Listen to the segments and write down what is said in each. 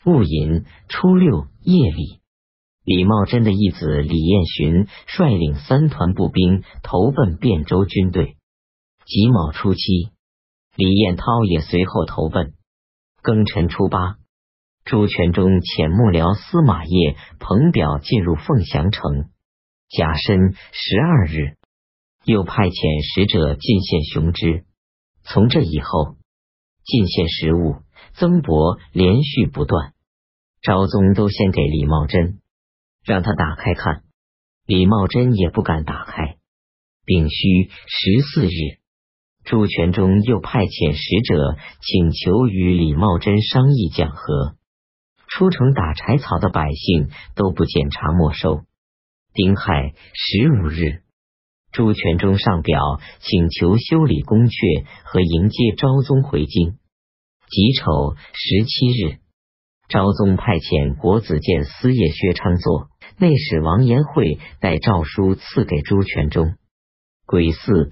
戊寅初六夜里，李茂贞的义子李彦寻率领3团步兵投奔汴州军队。己卯初7，李彦涛也随后投奔。庚辰初8，朱全忠遣幕僚司马业、彭表进入凤翔城。甲申12日，又派遣使者进献雄之。从这以后，进献食物增帛连续不断。昭宗都先给李茂贞，让他打开看，李茂贞也不敢打开。丙戌14日，朱全忠又派遣使者请求与李茂贞商议讲和。出城打柴草的百姓都不检查没收。丁亥15日，朱全忠上表请求修理宫阙和迎接昭宗回京。己丑17日，昭宗派遣国子监司业薛昌作、内史王延惠带诏书赐给朱全忠。癸巳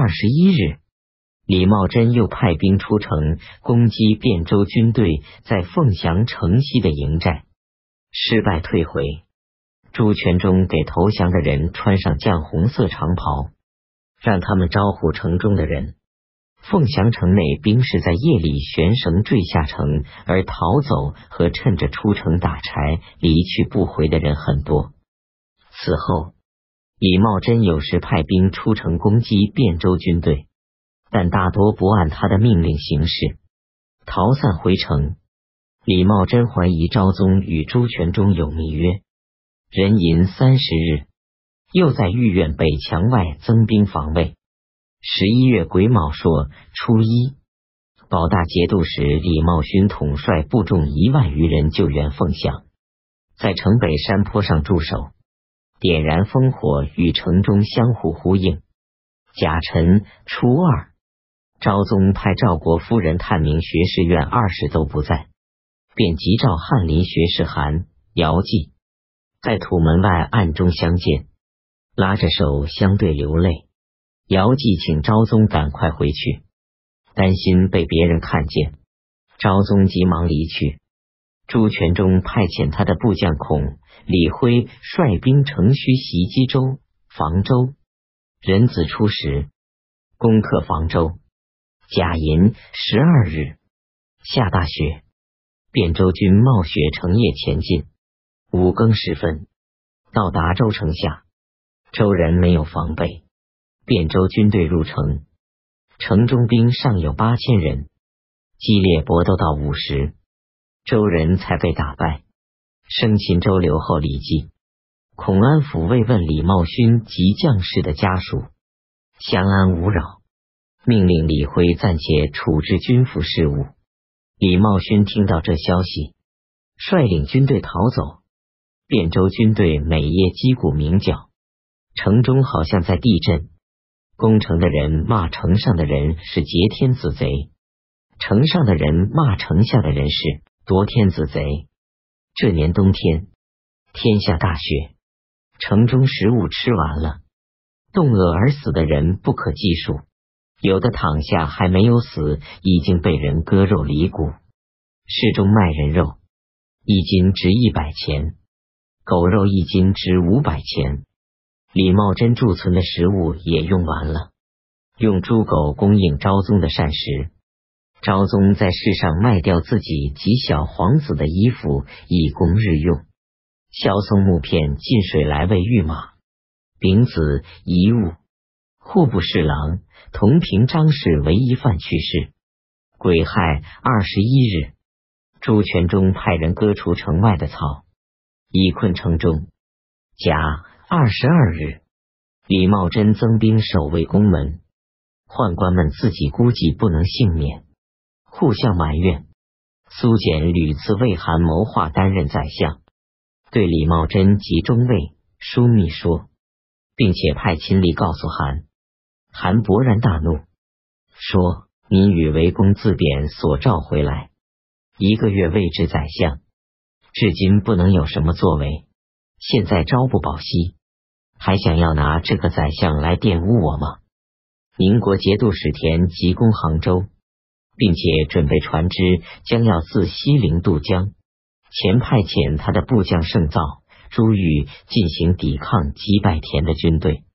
21日，李茂贞又派兵出城攻击汴州军队在凤翔城西的营寨，失败退回。朱全忠给投降的人穿上绛红色长袍，让他们招呼城中的人。凤翔城内兵士在夜里悬绳坠下城而逃走，和趁着出城打柴离去不回的人很多。此后，李茂贞有时派兵出城攻击汴州军队，但大多不按他的命令行事，逃散回城。李茂贞怀疑昭宗与朱全忠有密约。壬寅30日，又在御苑北墙外增兵防卫。11月癸卯朔初1，保大节度使李茂勋统帅部众1万余人救援凤翔，在城北山坡上驻守，点燃烽火与城中相互呼应。甲辰初2，昭宗派赵国夫人探明学士院20都不在，便急召翰林学士韩、姚济，在土门外暗中相见，拉着手相对流泪。姚济请昭宗赶快回去，担心被别人看见。昭宗急忙离去。朱全忠派遣他的部将孔、李辉率兵乘虚袭击州、房州。壬子初10，攻克房州。甲寅12日，下大雪，汴州军冒雪乘夜前进。5更时分，到达州城下，州人没有防备。汴州军队入城，城中兵尚有8000人，激烈搏斗到午时，州人才被打败。生擒州留后李绩。孔安抚慰问李茂勋及将士的家属，相安无扰，命令李辉暂且处置军府事务。李茂勋听到这消息，率领军队逃走。汴州军队每夜击鼓鸣叫，城中好像在地震。攻城的人骂城上的人是劫天子贼，城上的人骂城下的人是夺天子贼。这年冬天，天下大雪，城中食物吃完了，冻饿而死的人不可计数，有的躺下还没有死，已经被人割肉离骨。市中卖人肉1斤值100钱，狗肉1斤值500钱。李茂贞贮存的食物也用完了，用猪狗供应昭宗的膳食。昭宗在市上卖掉自己及小皇子的衣服以供日用。萧嵩木片进水来喂御马。丙子遗物，户部侍郎同平章事为一犯去世。癸亥21日，朱全忠派人割除城外的草，以困城中。甲22日，李茂贞增兵守卫宫门，宦官们自己估计不能幸免，互相埋怨。苏简屡次为韩谋划担任宰相，对李茂贞及中尉、枢密说，并且派亲历告诉韩。韩勃然大怒，说：您与为公自贬所召回来，1个月未至宰相，至今不能有什么作为，现在朝不保夕，还想要拿这个宰相来玷污我吗？宁国节度使田急攻杭州，并且准备船只将要自西陵渡江， 前派遣他的部将盛造、朱玉进行抵抗，击败田的军队。